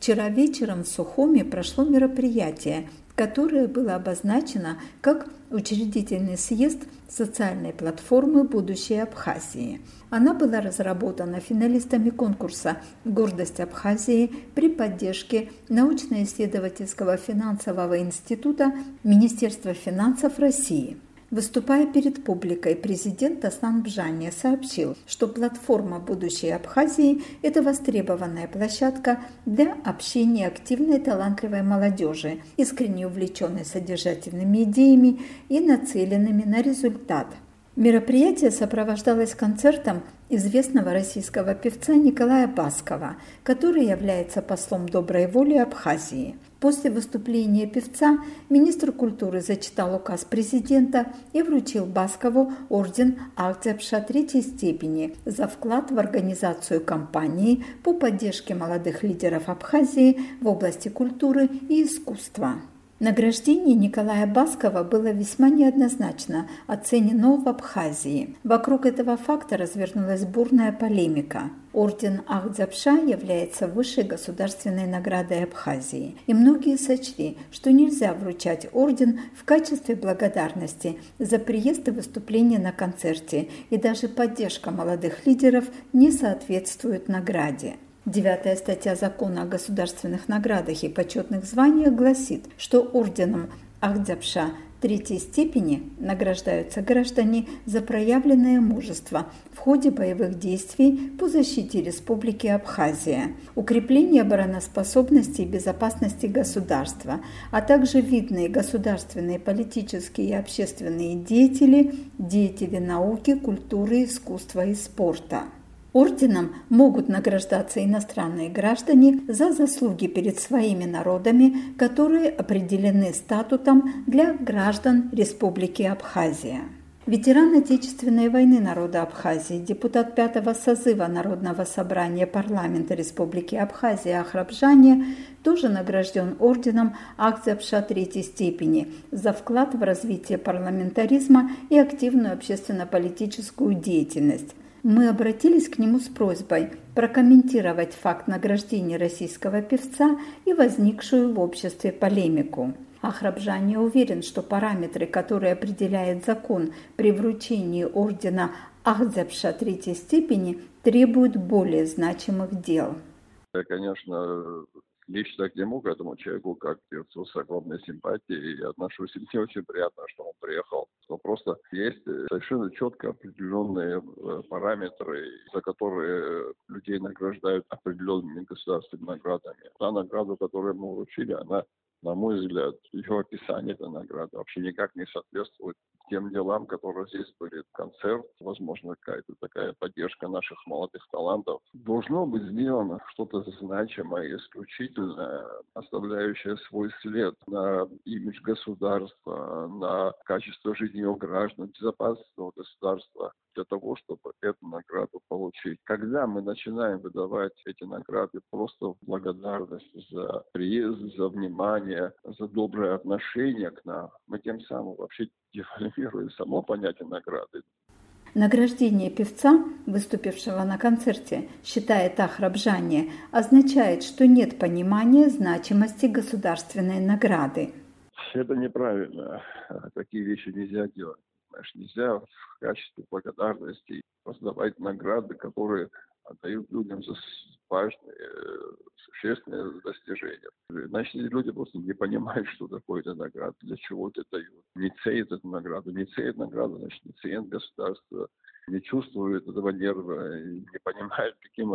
Вчера вечером в Сухуми прошло мероприятие, которое было обозначено как учредительный съезд социальной платформы «Будущее Абхазии». Она была разработана финалистами конкурса «Гордость Абхазии» при поддержке научно-исследовательского финансового института Министерства финансов России. Выступая перед публикой, президент Аслан Бжани сообщил, что платформа «Будущее Абхазии» – это востребованная площадка для общения активной талантливой молодежи, искренне увлеченной содержательными идеями и нацеленными на результат. Мероприятие сопровождалось концертом известного российского певца Николая Баскова, который является послом доброй воли Абхазии. После выступления певца министр культуры зачитал указ президента и вручил Баскову орден Агдзябша третьей степени за вклад в организацию кампании по поддержке молодых лидеров Абхазии в области культуры и искусства. Награждение Николая Баскова было весьма неоднозначно оценено в Абхазии. Вокруг этого факта развернулась бурная полемика. Орден Агдзябша является высшей государственной наградой Абхазии, и многие сочли, что нельзя вручать орден в качестве благодарности за приезд и выступление на концерте, и даже поддержка молодых лидеров не соответствует награде. 9-я статья Закона о государственных наградах и почетных званиях гласит, что орденом Агдзябша третьей степени награждаются граждане за проявленное мужество в ходе боевых действий по защите Республики Абхазия, укрепление обороноспособности и безопасности государства, а также видные государственные, политические и общественные деятели, деятели науки, культуры, искусства и спорта. Орденом могут награждаться иностранные граждане за заслуги перед своими народами, которые определены статутом для граждан Республики Абхазия. Ветеран Отечественной войны народа Абхазии, депутат 5-го созыва Народного собрания парламента Республики Абхазия Ахраб Бжани тоже награжден орденом Агдзябша третьей степени за вклад в развитие парламентаризма и активную общественно-политическую деятельность. Мы обратились к нему с просьбой прокомментировать факт награждения российского певца и возникшую в обществе полемику. Ахраб Бжани уверен, что параметры, которые определяет закон при вручении ордена Агдзябша третьей степени, требуют более значимых дел. Я, конечно, лично к нему, к этому человеку, как к певцу, с огромной симпатией и отношусь. И мне очень приятно, что он приехал. Но просто есть совершенно четко определенные параметры, за которые людей награждают определенными государственными наградами. Та награда, которую мы вручили, она, на мой взгляд, ее описание этой награды вообще никак не соответствует тем делам, которые здесь были. Концерт, возможно, какая-то такая поддержка наших молодых талантов. Должно быть сделано что-то значимое, исключительное, оставляющее свой след на имидж государства, на качество жизни его граждан, безопасность этого государства, для того, чтобы эту награду получить. Когда мы начинаем выдавать эти награды просто в благодарность за приезд, за внимание, за доброе отношение к нам, мы тем самым вообще девальвируем само понятие награды. Награждение певца, выступившего на концерте, считает Ахраб Бжани, означает, что нет понимания значимости государственной награды. Это неправильно. Такие вещи нельзя делать. Нельзя в качестве благодарности раздавать награды, которые отдают людям за важные, существенные достижения. Значит, люди просто не понимают, что такое эта награда, для чего это дают. Не ценят эту награду. Не ценят награду, значит, не ценят государство, не чувствуют этого нерва, не понимают,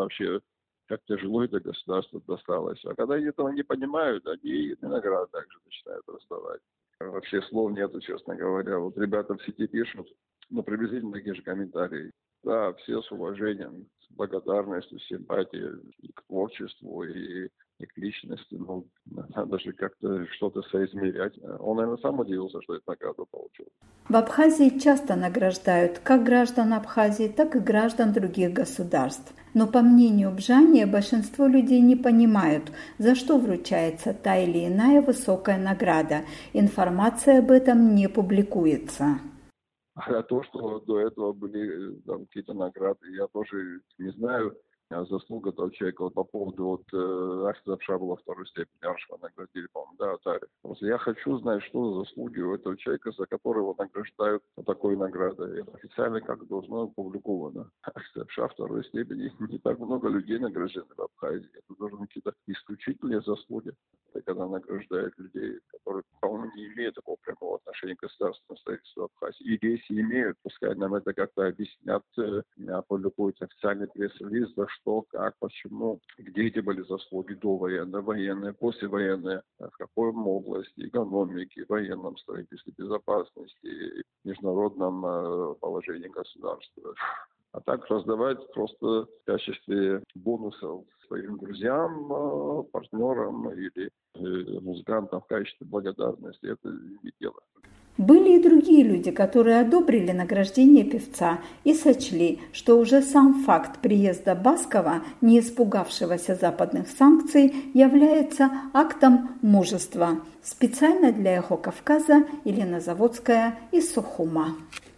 как тяжело это государство досталось. А когда они этого не понимают, они награды также начинают раздавать. Вообще слов нету, честно говоря. Вот ребята в сети пишут, приблизительно такие же комментарии. Да, все с уважением, с благодарностью, с симпатией и к творчеству, и к личности. Надо же как-то что-то соизмерять. Он, наверное, сам удивился, что эту награду получил. В Абхазии часто награждают как граждан Абхазии, так и граждан других государств. Но, по мнению Бжани, большинство людей не понимают, за что вручается та или иная высокая награда. Информация об этом не публикуется. А то, что до этого были какие-то награды, я тоже не знаю. заслуга этого человека вот по поводу Ахмеда Шабула второй степени, Аршева наградили, по-моему, да, Атари. Просто я хочу знать, что за заслуги у этого человека, за которого награждают такой наградой. Это официально как должно опубликовано. Ахмед Шаб второй степени, не так много людей награждены в Абхазии. Это должны быть какие-то исключительные заслуги. Это когда награждают людей, которые, по-моему, не имеют такого прямого отношения к государственному строительству Абхазии. И если имеют, пускай нам это как-то объяснят, опубликуют официальный пресс-релиз, за что, как, почему, где эти были заслуги довоенные, военные, послевоенные, в какой области, экономики, военном строительстве, безопасности, международном положении государства. А так раздавать просто в качестве бонусов своим друзьям, партнерам или музыкантам в качестве благодарности, это не дело. Были и другие люди, которые одобрили награждение певца и сочли, что уже сам факт приезда Баскова, не испугавшегося западных санкций, является актом мужества. Специально для «Эхо Кавказа» Елена Заводская из Сухума.